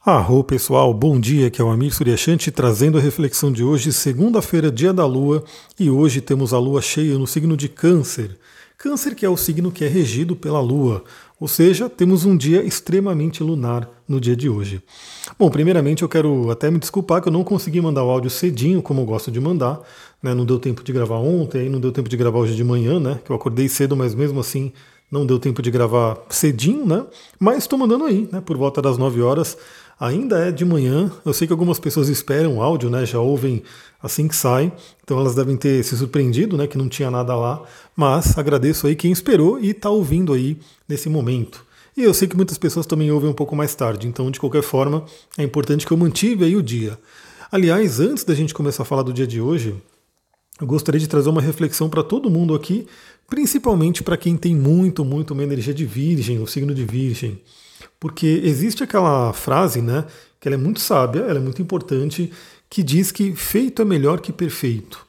Arro pessoal, bom dia, aqui é o Amir Suryashanti trazendo a reflexão de hoje, segunda-feira, dia da Lua, e hoje temos a Lua cheia no signo de Câncer. Câncer que é o signo que é regido pela Lua, ou seja, temos um dia extremamente lunar no dia de hoje. Bom, primeiramente eu quero até me desculpar que eu não consegui mandar o áudio cedinho, como eu gosto de mandar, né? Não deu tempo de gravar ontem, aí não deu tempo de gravar hoje de manhã, né? Que eu acordei cedo, mas mesmo assim não deu tempo de gravar cedinho, né? Mas estou mandando aí, né? Por volta das 9 horas. Ainda é de manhã, eu sei que algumas pessoas esperam o áudio, né? Já ouvem assim que sai, então elas devem ter se surpreendido, né? Que não tinha nada lá, mas agradeço aí quem esperou e está ouvindo aí nesse momento. E eu sei que muitas pessoas também ouvem um pouco mais tarde, então de qualquer forma é importante que eu mantive aí o dia. Aliás, antes da gente começar a falar do dia de hoje, eu gostaria de trazer uma reflexão para todo mundo aqui, principalmente para quem tem muito uma energia de Virgem, o signo de Virgem. Porque existe aquela frase, né, que ela é muito sábia, ela é muito importante, que diz que feito é melhor que perfeito.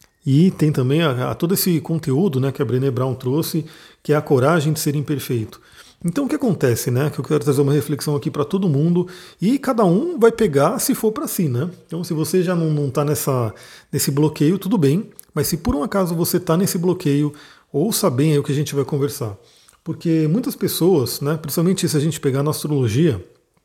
E tem também todo esse conteúdo, né, que a Brené Brown trouxe, que é a coragem de ser imperfeito. Então o que acontece, né? Que eu quero trazer uma reflexão aqui para todo mundo e cada um vai pegar se for para si, né? Então se você já não está nesse bloqueio, tudo bem, mas se por um acaso você está nesse bloqueio, ouça bem aí o que a gente vai conversar. Porque muitas pessoas, né, principalmente se a gente pegar na astrologia,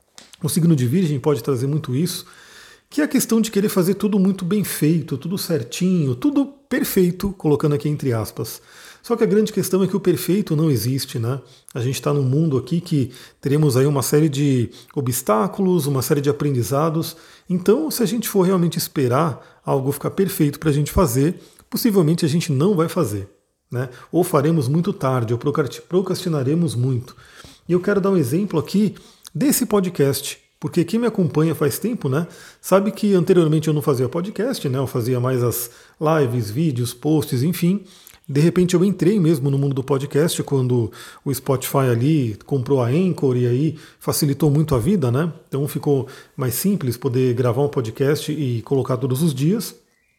o signo de Virgem pode trazer muito isso, que é a questão de querer fazer tudo muito bem feito, tudo certinho, tudo perfeito, colocando aqui entre aspas. Só que a grande questão é que o perfeito não existe, né? A gente está num mundo aqui que teremos aí uma série de obstáculos, uma série de aprendizados. Então, se a gente for realmente esperar algo ficar perfeito para a gente fazer, possivelmente a gente não vai fazer, né? Ou faremos muito tarde, ou procrastinaremos muito. E eu quero dar um exemplo aqui desse podcast, porque quem me acompanha faz tempo, né, sabe que anteriormente eu não fazia podcast, né, eu fazia mais as lives, vídeos, posts, enfim. De repente eu entrei mesmo no mundo do podcast quando o Spotify ali comprou a Anchor e aí facilitou muito a vida, né? Então ficou mais simples poder gravar um podcast e colocar todos os dias.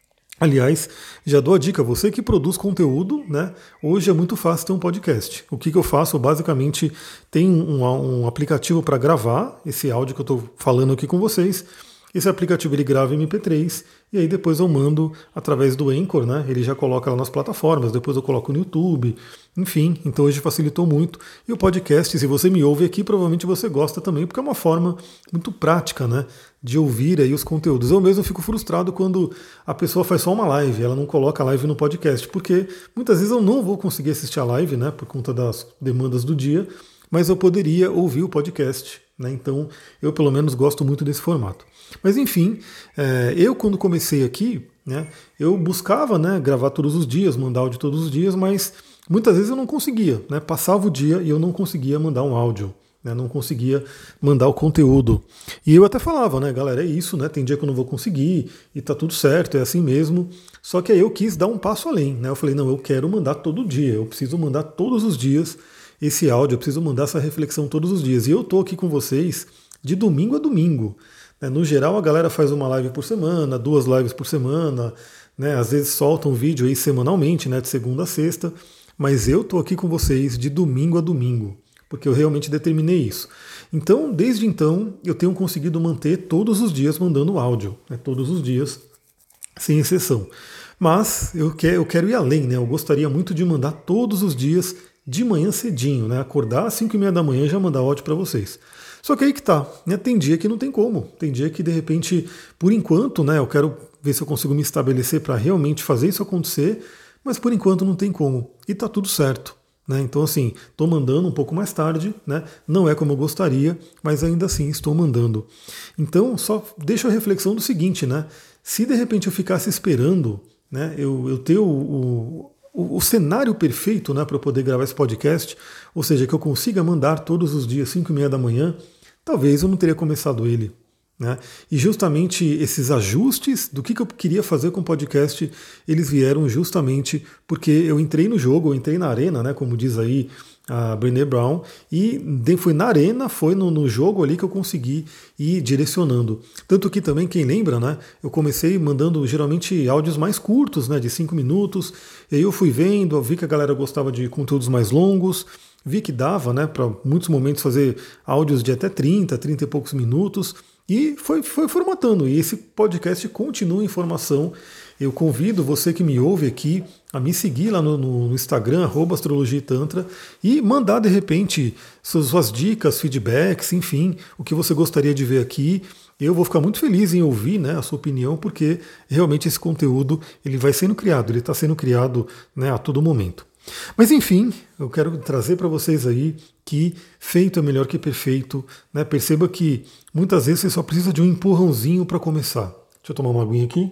Aliás, já dou a dica, você que produz conteúdo, né? Hoje é muito fácil ter um podcast. O que eu faço? Basicamente, tem um aplicativo para gravar esse áudio que eu estou falando aqui com vocês. Esse aplicativo ele grava MP3 e aí depois eu mando através do Anchor, né? Ele já coloca lá nas plataformas, depois eu coloco no YouTube, enfim, então hoje facilitou muito. E o podcast, se você me ouve aqui, provavelmente você gosta também, porque é uma forma muito prática, né, de ouvir aí os conteúdos. Eu mesmo fico frustrado quando a pessoa faz só uma live, ela não coloca a live no podcast, porque muitas vezes eu não vou conseguir assistir a live, né, por conta das demandas do dia, mas eu poderia ouvir o podcast, né? Então eu pelo menos gosto muito desse formato. Mas enfim, eu quando comecei aqui, né, eu buscava, né, gravar todos os dias, mandar áudio todos os dias, mas muitas vezes eu não conseguia, né? Passava o dia e eu não conseguia mandar um áudio, né? Não conseguia mandar o conteúdo. E eu até falava, né, galera, é isso, né? Tem dia que eu não vou conseguir e tá tudo certo, é assim mesmo. Só que aí eu quis dar um passo além, né? Eu falei, não, eu quero mandar todo dia, eu preciso mandar todos os dias esse áudio, eu preciso mandar essa reflexão todos os dias. E eu tô aqui com vocês de domingo a domingo. No geral, a galera faz uma live por semana, 2 lives por semana, né? Às vezes solta um vídeo aí semanalmente, né? De segunda a sexta. Mas eu tô aqui com vocês de domingo a domingo, porque eu realmente determinei isso. Então, desde então, eu tenho conseguido manter todos os dias mandando áudio, né? Todos os dias, sem exceção. Mas eu quero ir além, né? Eu gostaria muito de mandar todos os dias de manhã cedinho, né? Acordar às 5:30 da manhã e já mandar áudio para vocês. Só que aí que tá, né? Tem dia que não tem como. Tem dia que, de repente, por enquanto, né? Eu quero ver se eu consigo me estabelecer para realmente fazer isso acontecer, mas por enquanto não tem como. E tá tudo certo, né? Então, assim, estou mandando um pouco mais tarde, né? Não é como eu gostaria, mas ainda assim estou mandando. Então, só deixo a reflexão do seguinte, né? Se de repente eu ficasse esperando, né? Eu ter o cenário perfeito, né, para eu poder gravar esse podcast, ou seja, que eu consiga mandar todos os dias 5:30 da manhã, talvez eu não teria começado ele, né? E justamente esses ajustes do que eu queria fazer com o podcast, eles vieram justamente porque eu entrei no jogo, eu entrei na arena, né, como diz aí a Brené Brown, e foi na arena, foi no jogo ali que eu consegui ir direcionando. Tanto que também, quem lembra, né, eu comecei mandando geralmente áudios mais curtos, né, de 5 minutos, e aí eu fui vendo, eu vi que a galera gostava de conteúdos mais longos, vi que dava, né, para muitos momentos fazer áudios de até 30 e poucos minutos, e foi formatando. E esse podcast continua em formação. Eu convido você que me ouve aqui a me seguir lá no Instagram, @astrologiatantra, e mandar de repente suas dicas, feedbacks, enfim, o que você gostaria de ver aqui. Eu vou ficar muito feliz em ouvir, né, a sua opinião, porque realmente esse conteúdo ele vai sendo criado, ele está sendo criado, né, a todo momento. Mas enfim, eu quero trazer para vocês aí que feito é melhor que perfeito, né? Perceba que muitas vezes você só precisa de um empurrãozinho para começar. Deixa eu tomar uma aguinha aqui.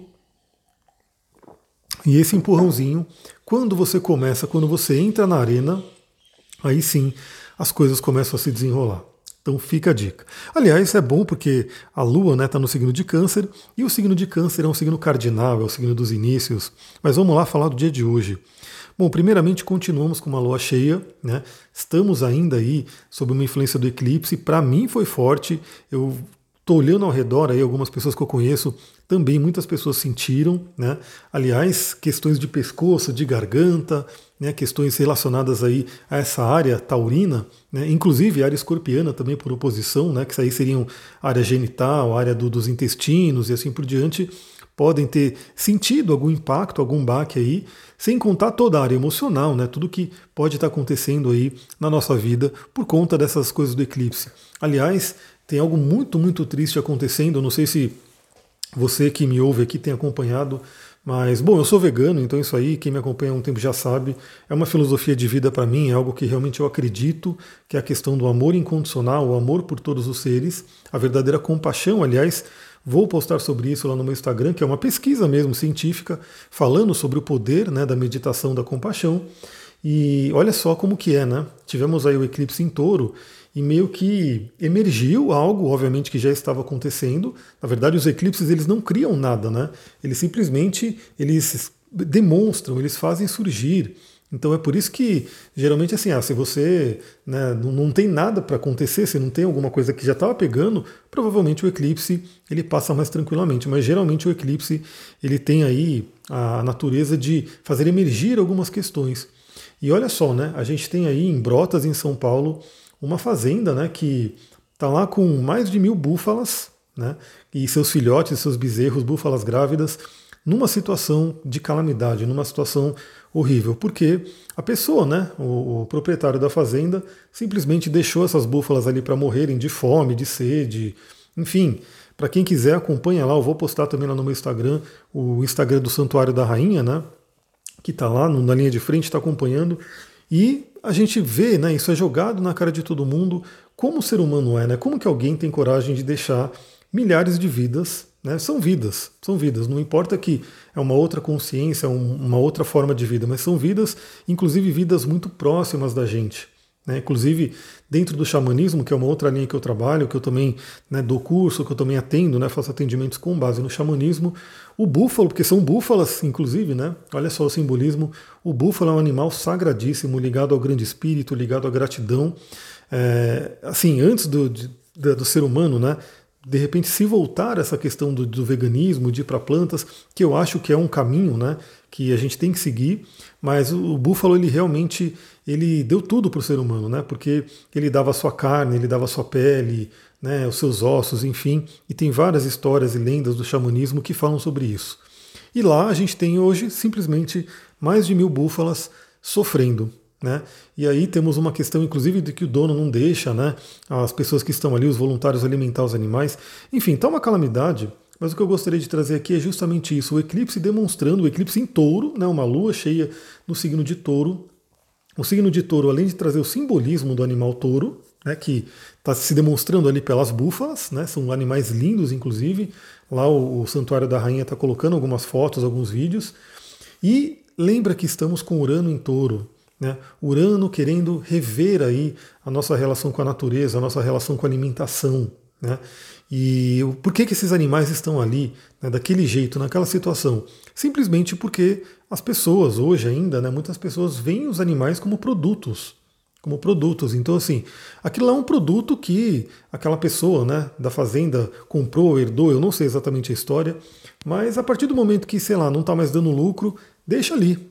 E esse empurrãozinho, quando você começa, quando você entra na arena, aí sim as coisas começam a se desenrolar. Então fica a dica. Aliás, é bom porque a Lua, né, está no signo de Câncer, e o signo de Câncer é um signo cardinal, é o signo dos inícios. Mas vamos lá falar do dia de hoje. Bom, primeiramente continuamos com uma lua cheia, né? Estamos ainda aí sob uma influência do eclipse. Para mim foi forte. Eu estou olhando ao redor aí, algumas pessoas que eu conheço também, muitas pessoas sentiram, né? Aliás, questões de pescoço, de garganta, né? Questões relacionadas aí a essa área taurina, né? Inclusive área escorpiana também por oposição, né? Que isso aí seriam área genital, área dos intestinos e assim por diante. Podem ter sentido algum impacto, algum baque aí, sem contar toda a área emocional, né? Tudo que pode estar acontecendo aí na nossa vida por conta dessas coisas do eclipse. Aliás, tem algo muito, muito triste acontecendo. Eu não sei se você que me ouve aqui tem acompanhado, mas, bom, eu sou vegano, então isso aí, quem me acompanha há um tempo já sabe, é uma filosofia de vida para mim, é algo que realmente eu acredito, que é a questão do amor incondicional, o amor por todos os seres, a verdadeira compaixão, aliás. Vou postar sobre isso lá no meu Instagram, que é uma pesquisa mesmo científica, falando sobre o poder, né, da meditação da compaixão. E olha só como que é, né? Tivemos aí o eclipse em Touro e meio que emergiu algo, obviamente, que já estava acontecendo. Na verdade, os eclipses eles não criam nada, né? Eles simplesmente eles demonstram, eles fazem surgir. Então é por isso que geralmente assim, se você, né, não tem nada para acontecer, se não tem alguma coisa que já estava pegando, provavelmente o eclipse ele passa mais tranquilamente. Mas geralmente o eclipse ele tem aí a natureza de fazer emergir algumas questões. E olha só, né, a gente tem aí em Brotas, em São Paulo, uma fazenda, né, que está lá com mais de 1000 búfalas, né, e seus filhotes, seus bezerros, búfalas grávidas, numa situação de calamidade, numa situação horrível, porque a pessoa, né, o proprietário da fazenda, simplesmente deixou essas búfalas ali para morrerem de fome, de sede, enfim. Para quem quiser, acompanha lá, eu vou postar também lá no meu Instagram, o Instagram do Santuário da Rainha, né, que está lá na linha de frente, está acompanhando, e a gente vê, né, isso é jogado na cara de todo mundo, como o ser humano é, né, como que alguém tem coragem de deixar milhares de vidas, né? São vidas, não importa que é uma outra consciência, uma outra forma de vida, mas são vidas, inclusive vidas muito próximas da gente. Né? Inclusive dentro do xamanismo, que é uma outra linha que eu trabalho, que eu também, né, dou curso, que eu também atendo, né, faço atendimentos com base no xamanismo, o búfalo, porque são búfalas, inclusive, né? Olha só o simbolismo, o búfalo é um animal sagradíssimo, ligado ao grande espírito, ligado à gratidão. Assim, antes do ser humano, né? De repente se voltar a essa questão do veganismo, de ir para plantas, que eu acho que é um caminho, né, que a gente tem que seguir, mas o búfalo ele realmente ele deu tudo para o ser humano, né, porque ele dava a sua carne, ele dava a sua pele, né, os seus ossos, enfim, e tem várias histórias e lendas do xamanismo que falam sobre isso. E lá a gente tem hoje simplesmente mais de 1000 búfalas sofrendo. Né? E aí temos uma questão, inclusive, de que o dono não deixa, né, as pessoas que estão ali, os voluntários, alimentar os animais. Enfim, está uma calamidade, mas o que eu gostaria de trazer aqui é justamente isso, o eclipse demonstrando, o eclipse em Touro, né, uma lua cheia no signo de Touro. O signo de Touro, além de trazer o simbolismo do animal touro, né, que está se demonstrando ali pelas búfalas, né, são animais lindos, inclusive. Lá o Santuário da Rainha está colocando algumas fotos, alguns vídeos. E lembra que estamos com Urano em Touro. Né? Urano querendo rever aí a nossa relação com a natureza, a nossa relação com a alimentação. Né? E por que esses animais estão ali, né, daquele jeito, naquela situação? Simplesmente porque as pessoas, hoje ainda, né, muitas pessoas veem os animais como produtos. Como produtos. Então, assim, aquilo é um produto que aquela pessoa, né, da fazenda comprou, herdou, eu não sei exatamente a história, mas a partir do momento que, sei lá, não está mais dando lucro, deixa ali.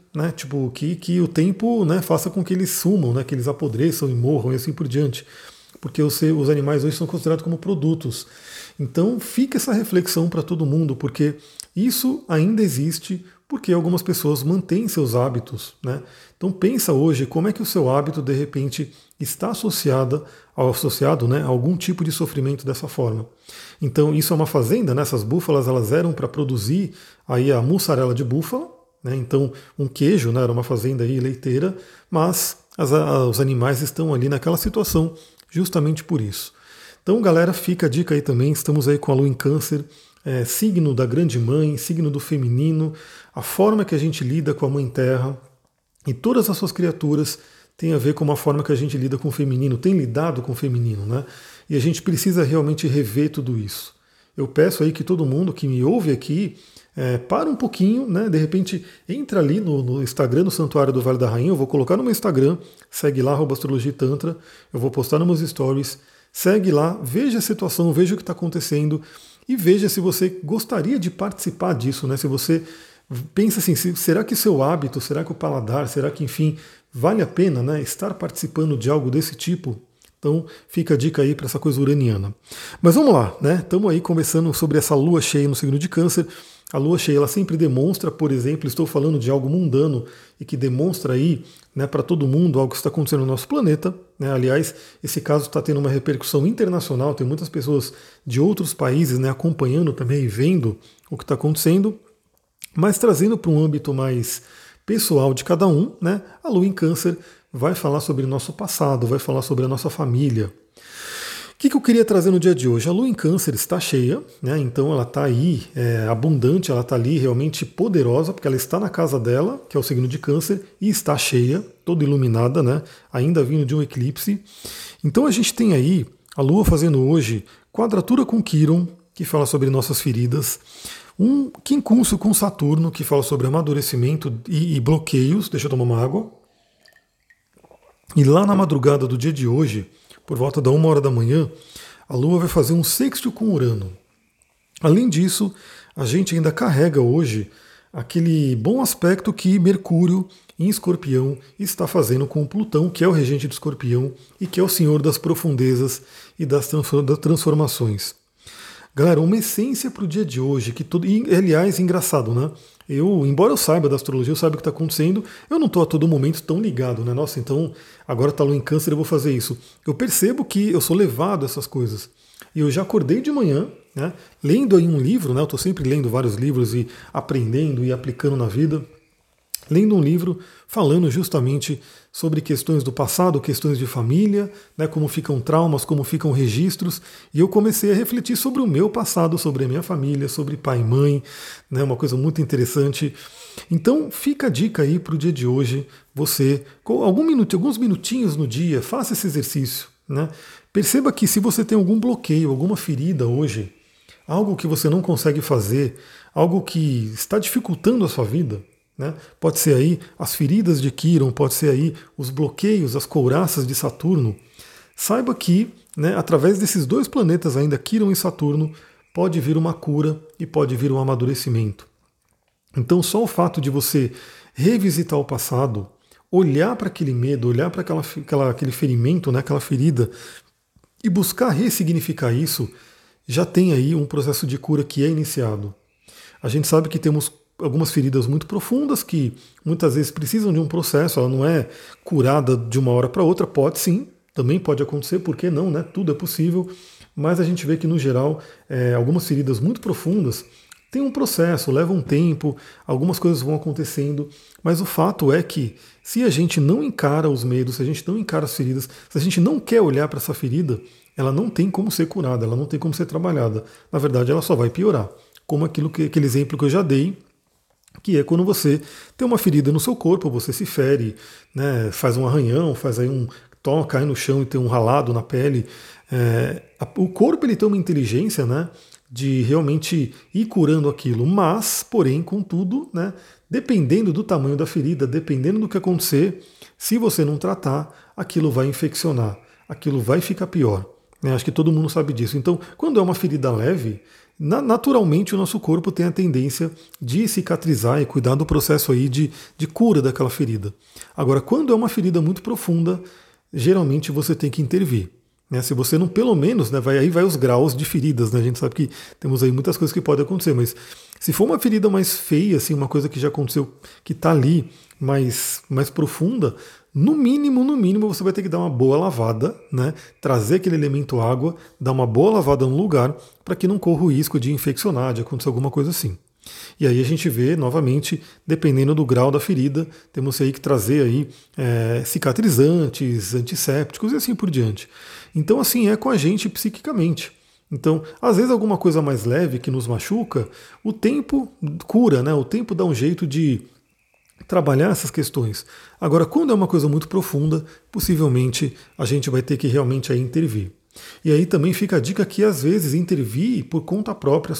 né? Tipo, que o tempo, né, faça com que eles sumam, né, que eles apodreçam e morram e assim por diante. Porque os animais hoje são considerados como produtos. Então fica essa reflexão para todo mundo, porque isso ainda existe, porque algumas pessoas mantêm seus hábitos, né? Então pensa hoje como é que o seu hábito de repente está associado, né, a algum tipo de sofrimento dessa forma. Então isso é uma fazenda, né? Essas búfalas elas eram para produzir aí a mussarela de búfala, né? Então um queijo, né, era uma fazenda aí leiteira, mas os animais estão ali naquela situação justamente por isso. Então, galera, fica a dica aí também. Estamos aí com a Lua em Câncer, signo da Grande Mãe, signo do feminino, a forma que a gente lida com a Mãe Terra e todas as suas criaturas tem a ver com uma forma que a gente lida com o feminino, tem lidado com o feminino, né? E a gente precisa realmente rever tudo isso. Eu peço aí que todo mundo que me ouve aqui para um pouquinho, né? De repente entra ali no Instagram, no Santuário do Vale da Rainha. Eu vou colocar no meu Instagram, segue lá, @astrologia e tantra. Eu vou postar nos meus stories. Segue lá, veja a situação, veja o que está acontecendo e veja se você gostaria de participar disso, né? Se você pensa assim, será que seu hábito, será que o paladar, será que, enfim, vale a pena, né, estar participando de algo desse tipo? Então fica a dica aí para essa coisa uraniana. Mas vamos lá, né? Estamos aí conversando sobre essa lua cheia no signo de Câncer. A lua cheia ela sempre demonstra, por exemplo, estou falando de algo mundano e que demonstra aí, né, para todo mundo algo que está acontecendo no nosso planeta. Né? Aliás, esse caso está tendo uma repercussão internacional, tem muitas pessoas de outros países, né, acompanhando também e vendo o que está acontecendo, mas trazendo para um âmbito mais pessoal de cada um, né, a lua em Câncer vai falar sobre o nosso passado, vai falar sobre a nossa família. O que eu queria trazer no dia de hoje? A lua em Câncer está cheia, né? Então ela está aí abundante, ela está ali realmente poderosa, porque ela está na casa dela, que é o signo de Câncer, e está cheia, toda iluminada, né? Ainda vindo de um eclipse. Então a gente tem aí a lua fazendo hoje quadratura com Quiron, que fala sobre nossas feridas, um quincúncio com Saturno, que fala sobre amadurecimento e bloqueios. Deixa eu tomar uma água. E lá na madrugada do dia de hoje, por volta da 1h da manhã, a Lua vai fazer um sextil com Urano. Além disso, a gente ainda carrega hoje aquele bom aspecto que Mercúrio em Escorpião está fazendo com Plutão, que é o regente de Escorpião e que é o senhor das profundezas e das transformações. Galera, uma essência para o dia de hoje, que todo. E, aliás, engraçado, né? Embora eu saiba da astrologia, eu saiba o que está acontecendo, eu não estou a todo momento tão ligado, né? Nossa, então agora está a lua em Câncer, eu vou fazer isso. Eu percebo que eu sou levado a essas coisas. E eu já acordei de manhã, né? Lendo aí um livro, né? Eu estou sempre lendo vários livros e aprendendo e aplicando na vida. Lendo um livro falando justamente sobre questões do passado, questões de família, né, como ficam traumas, como ficam registros, e eu comecei a refletir sobre o meu passado, sobre a minha família, sobre pai e mãe, né, uma coisa muito interessante. Então fica a dica aí para o dia de hoje, você, com alguns minutinhos no dia, faça esse exercício. Né? Perceba que se você tem algum bloqueio, alguma ferida hoje, algo que você não consegue fazer, algo que está dificultando a sua vida, né? Pode ser aí as feridas de Quiron, pode ser aí os bloqueios, as couraças de Saturno. Saiba que, né, através desses dois planetas ainda, Quiron e Saturno, pode vir uma cura e pode vir um amadurecimento. Então só o fato de você revisitar o passado, olhar para aquele medo, olhar para aquele ferimento, né, aquela ferida, e buscar ressignificar isso, já tem aí um processo de cura que é iniciado. A gente sabe que temos algumas feridas muito profundas que muitas vezes precisam de um processo, ela não é curada de uma hora para outra, pode sim, também pode acontecer, por que não, né? Tudo é possível, mas a gente vê que no geral algumas feridas muito profundas têm um processo, levam um tempo, algumas coisas vão acontecendo, mas o fato é que se a gente não encara os medos, se a gente não encara as feridas, se a gente não quer olhar para essa ferida, ela não tem como ser curada, ela não tem como ser trabalhada. Na verdade, ela só vai piorar, como aquele exemplo que eu já dei, que é quando você tem uma ferida no seu corpo, você se fere, né, faz um arranhão, faz aí cai no chão e tem um ralado na pele. O corpo ele tem uma inteligência, né, de realmente ir curando aquilo, mas, porém, contudo, né, dependendo do tamanho da ferida, dependendo do que acontecer, se você não tratar, aquilo vai infeccionar, aquilo vai ficar pior. Acho que todo mundo sabe disso. Então, quando é uma ferida leve, naturalmente o nosso corpo tem a tendência de cicatrizar e cuidar do processo aí de cura daquela ferida. Agora, quando é uma ferida muito profunda, geralmente você tem que intervir. Né? Se você não, pelo menos, né, aí vai os graus de feridas, né? A gente sabe que temos aí muitas coisas que podem acontecer, mas se for uma ferida mais feia, assim, uma coisa que já aconteceu, que está ali mais profunda, no mínimo, você vai ter que dar uma boa lavada, né? Trazer aquele elemento água, dar uma boa lavada no lugar, para que não corra o risco de infeccionar, de acontecer alguma coisa assim. E aí a gente vê, novamente, dependendo do grau da ferida, temos aí que trazer aí cicatrizantes, antissépticos e assim por diante. Então, assim é com a gente psiquicamente. Então, às vezes alguma coisa mais leve que nos machuca, o tempo cura, né? O tempo dá um jeito de trabalhar essas questões. Agora, quando é uma coisa muito profunda, possivelmente a gente vai ter que realmente aí intervir. E aí também fica a dica que às vezes intervir por conta própria,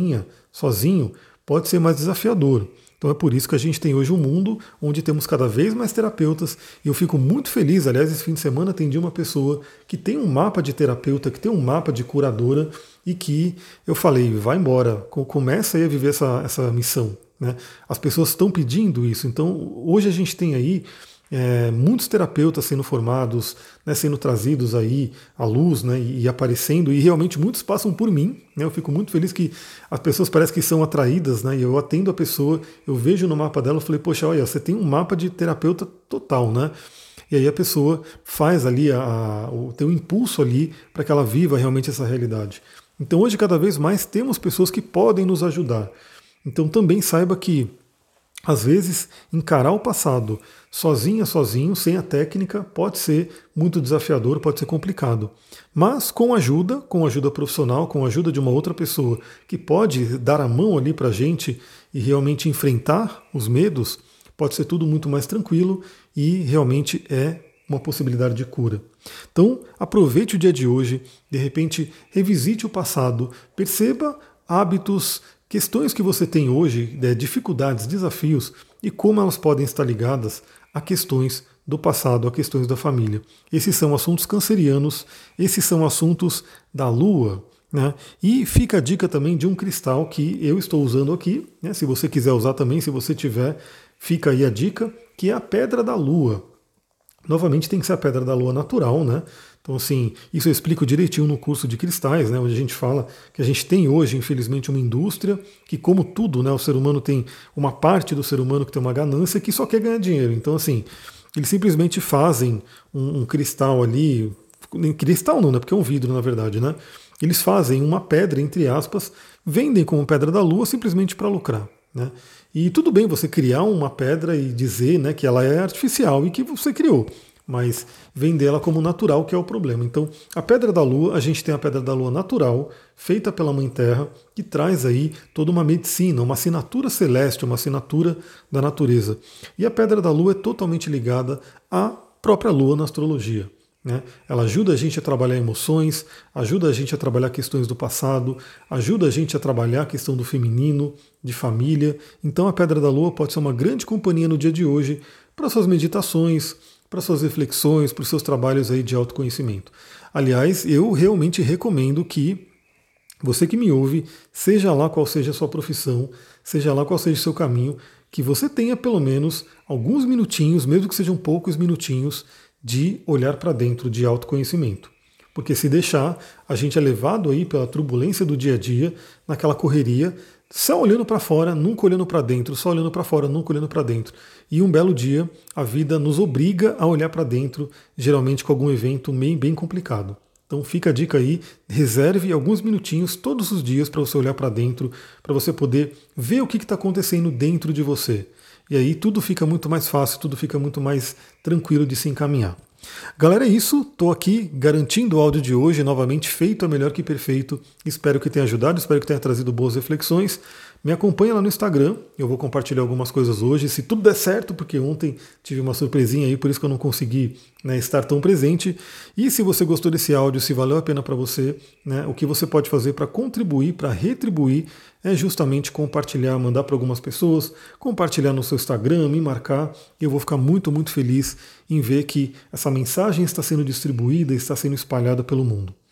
sozinho, pode ser mais desafiador. Então é por isso que a gente tem hoje um mundo onde temos cada vez mais terapeutas, e eu fico muito feliz. Aliás, esse fim de semana atendi uma pessoa que tem um mapa de terapeuta, que tem um mapa de curadora, e que eu falei, vai embora, começa aí a viver essa missão. Né? As pessoas estão pedindo isso, então hoje a gente tem aí muitos terapeutas sendo formados, né, sendo trazidos aí à luz, né, e aparecendo, e realmente muitos passam por mim. Né, eu fico muito feliz que as pessoas parecem que são atraídas, né, e eu atendo a pessoa, eu vejo no mapa dela, eu falei, poxa, olha, você tem um mapa de terapeuta total, né? E aí a pessoa faz ali o teu impulso ali para que ela viva realmente essa realidade. Então hoje cada vez mais temos pessoas que podem nos ajudar. Então também saiba que às vezes, encarar o passado sozinho, sem a técnica, pode ser muito desafiador, pode ser complicado. Mas com ajuda profissional, com a ajuda de uma outra pessoa que pode dar a mão ali para a gente e realmente enfrentar os medos, pode ser tudo muito mais tranquilo e realmente é uma possibilidade de cura. Então, aproveite o dia de hoje, de repente, revisite o passado, perceba hábitos, questões que você tem hoje, dificuldades, desafios, e como elas podem estar ligadas a questões do passado, a questões da família. Esses são assuntos cancerianos, esses são assuntos da Lua. Né? E fica a dica também de um cristal que eu estou usando aqui, né? Se você quiser usar também, se você tiver, fica aí a dica, que é a Pedra da Lua. Novamente tem que ser a Pedra da Lua natural, né? Então, assim, isso eu explico direitinho no curso de cristais, né, onde a gente fala que a gente tem hoje, infelizmente, uma indústria que, como tudo, né, o ser humano tem uma parte do ser humano que tem uma ganância que só quer ganhar dinheiro. Então, assim, eles simplesmente fazem um cristal ali, cristal não, né, porque é um vidro, na verdade, né? Eles fazem uma pedra, entre aspas, vendem como Pedra da Lua simplesmente para lucrar, né? E tudo bem você criar uma pedra e dizer, né, que ela é artificial e que você criou, mas vendê-la como natural que é o problema. Então, a Pedra da Lua, a gente tem a Pedra da Lua natural, feita pela Mãe Terra, que traz aí toda uma medicina, uma assinatura celeste, uma assinatura da natureza. E a Pedra da Lua é totalmente ligada à própria Lua na astrologia. Né? Ela ajuda a gente a trabalhar emoções, ajuda a gente a trabalhar questões do passado, ajuda a gente a trabalhar a questão do feminino, de família. Então a Pedra da Lua pode ser uma grande companhia no dia de hoje para suas meditações, para suas reflexões, para os seus trabalhos aí de autoconhecimento. Aliás, eu realmente recomendo que você que me ouve, seja lá qual seja a sua profissão, seja lá qual seja o seu caminho, que você tenha pelo menos alguns minutinhos, mesmo que sejam poucos minutinhos, de olhar para dentro, de autoconhecimento. Porque se deixar, a gente é levado aí pela turbulência do dia a dia, naquela correria, só olhando para fora, nunca olhando para dentro, só olhando para fora, nunca olhando para dentro. E um belo dia, a vida nos obriga a olhar para dentro, geralmente com algum evento meio bem complicado. Então fica a dica aí, reserve alguns minutinhos todos os dias para você olhar para dentro, para você poder ver o que está acontecendo dentro de você. E aí tudo fica muito mais fácil, tudo fica muito mais tranquilo de se encaminhar. Galera, é isso. Estou aqui garantindo o áudio de hoje, novamente feito é melhor que perfeito. Espero que tenha ajudado, espero que tenha trazido boas reflexões. Me acompanha lá no Instagram, eu vou compartilhar algumas coisas hoje, se tudo der certo, porque ontem tive uma surpresinha aí, por isso que eu não consegui, né, estar tão presente. E se você gostou desse áudio, se valeu a pena para você, né, o que você pode fazer para contribuir, para retribuir, é justamente compartilhar, mandar para algumas pessoas, compartilhar no seu Instagram, me marcar, e eu vou ficar muito, muito feliz em ver que essa mensagem está sendo distribuída, está sendo espalhada pelo mundo.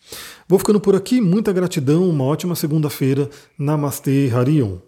Vou ficando por aqui, muita gratidão, uma ótima segunda-feira. Namastê, Harion.